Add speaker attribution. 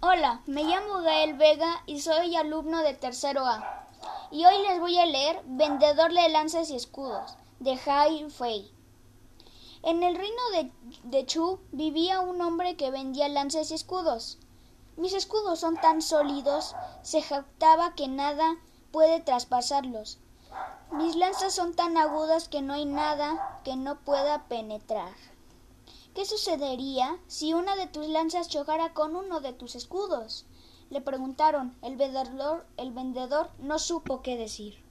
Speaker 1: Hola, me llamo Gael Vega y soy alumno de tercero A. Y hoy les voy a leer Vendedor de lanzas y escudos, de Hai Fei. En el reino de Chu vivía un hombre que vendía lanzas y escudos. Mis escudos son tan sólidos, se jactaba, que nada puede traspasarlos. Mis lanzas son tan agudas que no hay nada que no pueda penetrar. ¿Qué sucedería si una de tus lanzas chocara con uno de tus escudos? Le preguntaron. El vendedor no supo qué decir.